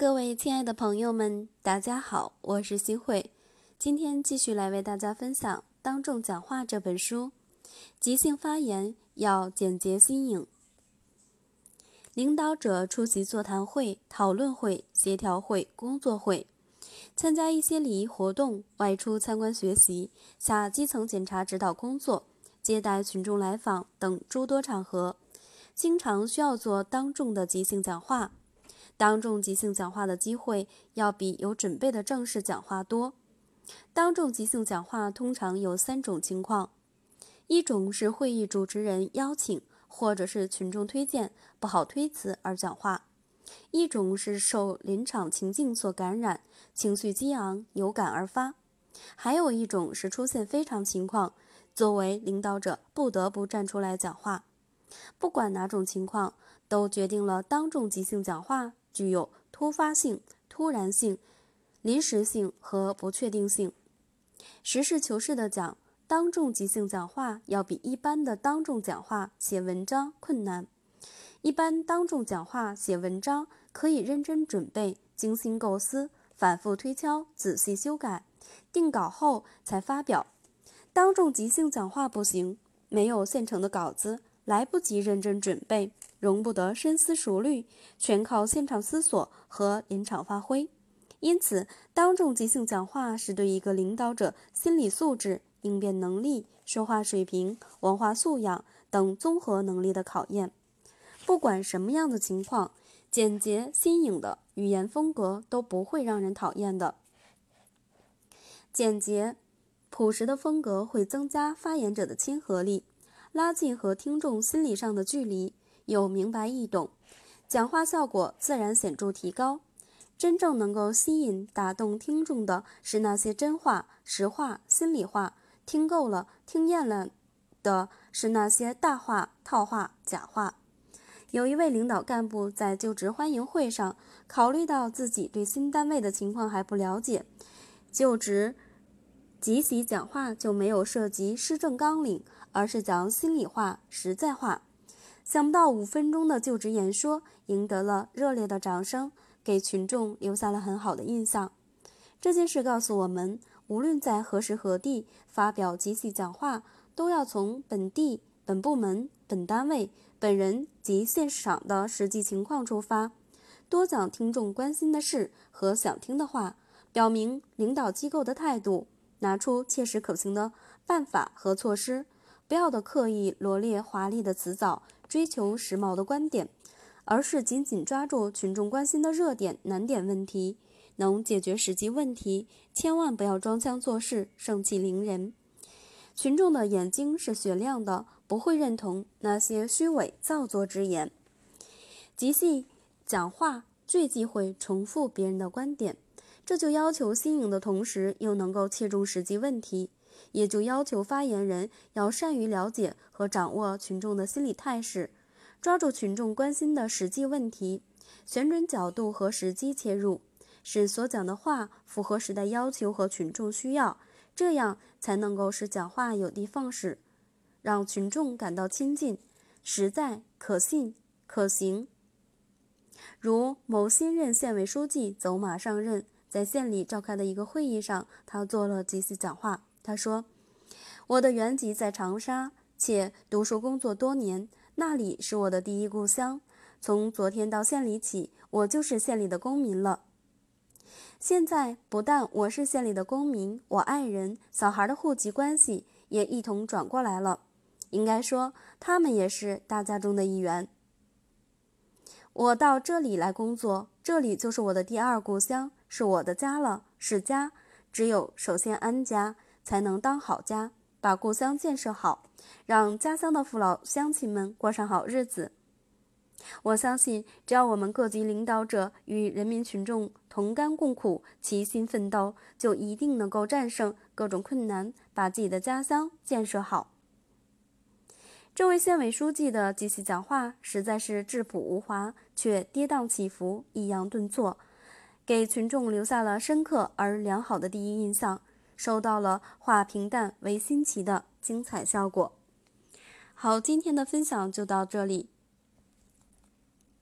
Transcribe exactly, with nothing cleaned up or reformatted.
各位亲爱的朋友们，大家好，我是新慧。今天继续来为大家分享《当众讲话》这本书。即兴发言要简洁新颖。领导者出席座谈会、讨论会、协调会、工作会，参加一些礼仪活动，外出参观学习，下基层检查指导工作，接待群众来访等诸多场合，经常需要做当众的即兴讲话。当众即兴讲话的机会要比有准备的正式讲话多。当众即兴讲话通常有三种情况：一种是会议主持人邀请或者是群众推荐，不好推辞而讲话；一种是受临场情境所感染，情绪激昂，有感而发；还有一种是出现非常情况，作为领导者不得不站出来讲话。不管哪种情况，都决定了当众即兴讲话具有突发性、突然性、临时性和不确定性。实事求是地讲，当众即兴讲话要比一般的当众讲话写文章困难。一般当众讲话写文章可以认真准备，精心构思，反复推敲，仔细修改，定稿后才发表。当众即兴讲话不行，没有现成的稿子，来不及认真准备，容不得深思熟虑，全靠现场思索和临场发挥。因此，当众即兴讲话是对一个领导者心理素质、应变能力、说话水平、文化素养等综合能力的考验。不管什么样的情况，简洁新颖的语言风格都不会让人讨厌的。简洁、朴实的风格会增加发言者的亲和力，拉近和听众心理上的距离，又明白易懂，讲话效果自然显著提高。真正能够吸引、打动听众的是那些真话、实话、心里话，听够了、听厌了的是那些大话、套话、假话。有一位领导干部在就职欢迎会上，考虑到自己对新单位的情况还不了解，就职即席讲话就没有涉及施政纲领，而是讲心里话、实在话。想不到五分钟的就职演说赢得了热烈的掌声，给群众留下了很好的印象。这件事告诉我们，无论在何时何地发表即席讲话，都要从本地、本部门、本单位、本人及现场的实际情况出发，多讲听众关心的事和想听的话，表明领导机构的态度，拿出切实可行的办法和措施，不要的刻意罗列华丽的辞藻，追求时髦的观点，而是紧紧抓住群众关心的热点、难点问题，能解决实际问题，千万不要装腔作势、盛气凌人。群众的眼睛是雪亮的，不会认同那些虚伪造作之言。即兴讲话最忌讳重复别人的观点，这就要求新颖的同时又能够切中实际问题，也就要求发言人要善于了解和掌握群众的心理态势，抓住群众关心的实际问题，选准角度和时机切入，使所讲的话符合时代要求和群众需要，这样才能够使讲话有的放矢，让群众感到亲近、实在、可信、可行。如某新任县委书记走马上任，在县里召开的一个会议上，他做了即席讲话。他说：“我的原籍在长沙，且读书工作多年，那里是我的第一故乡。从昨天到县里起，我就是县里的公民了。现在不但我是县里的公民，我爱人、小孩的户籍关系也一同转过来了。应该说，他们也是大家中的一员。我到这里来工作，这里就是我的第二故乡，是我的家了，是家。只有首先安家，才能当好家，把故乡建设好，让家乡的父老乡亲们过上好日子。我相信，只要我们各级领导者与人民群众同甘共苦，齐心奋斗，就一定能够战胜各种困难，把自己的家乡建设好。”这位县委书记的即席讲话实在是质朴无华，却跌宕起伏，抑扬顿挫，给群众留下了深刻而良好的第一印象，收到了化平淡为新奇的精彩效果。好，今天的分享就到这里，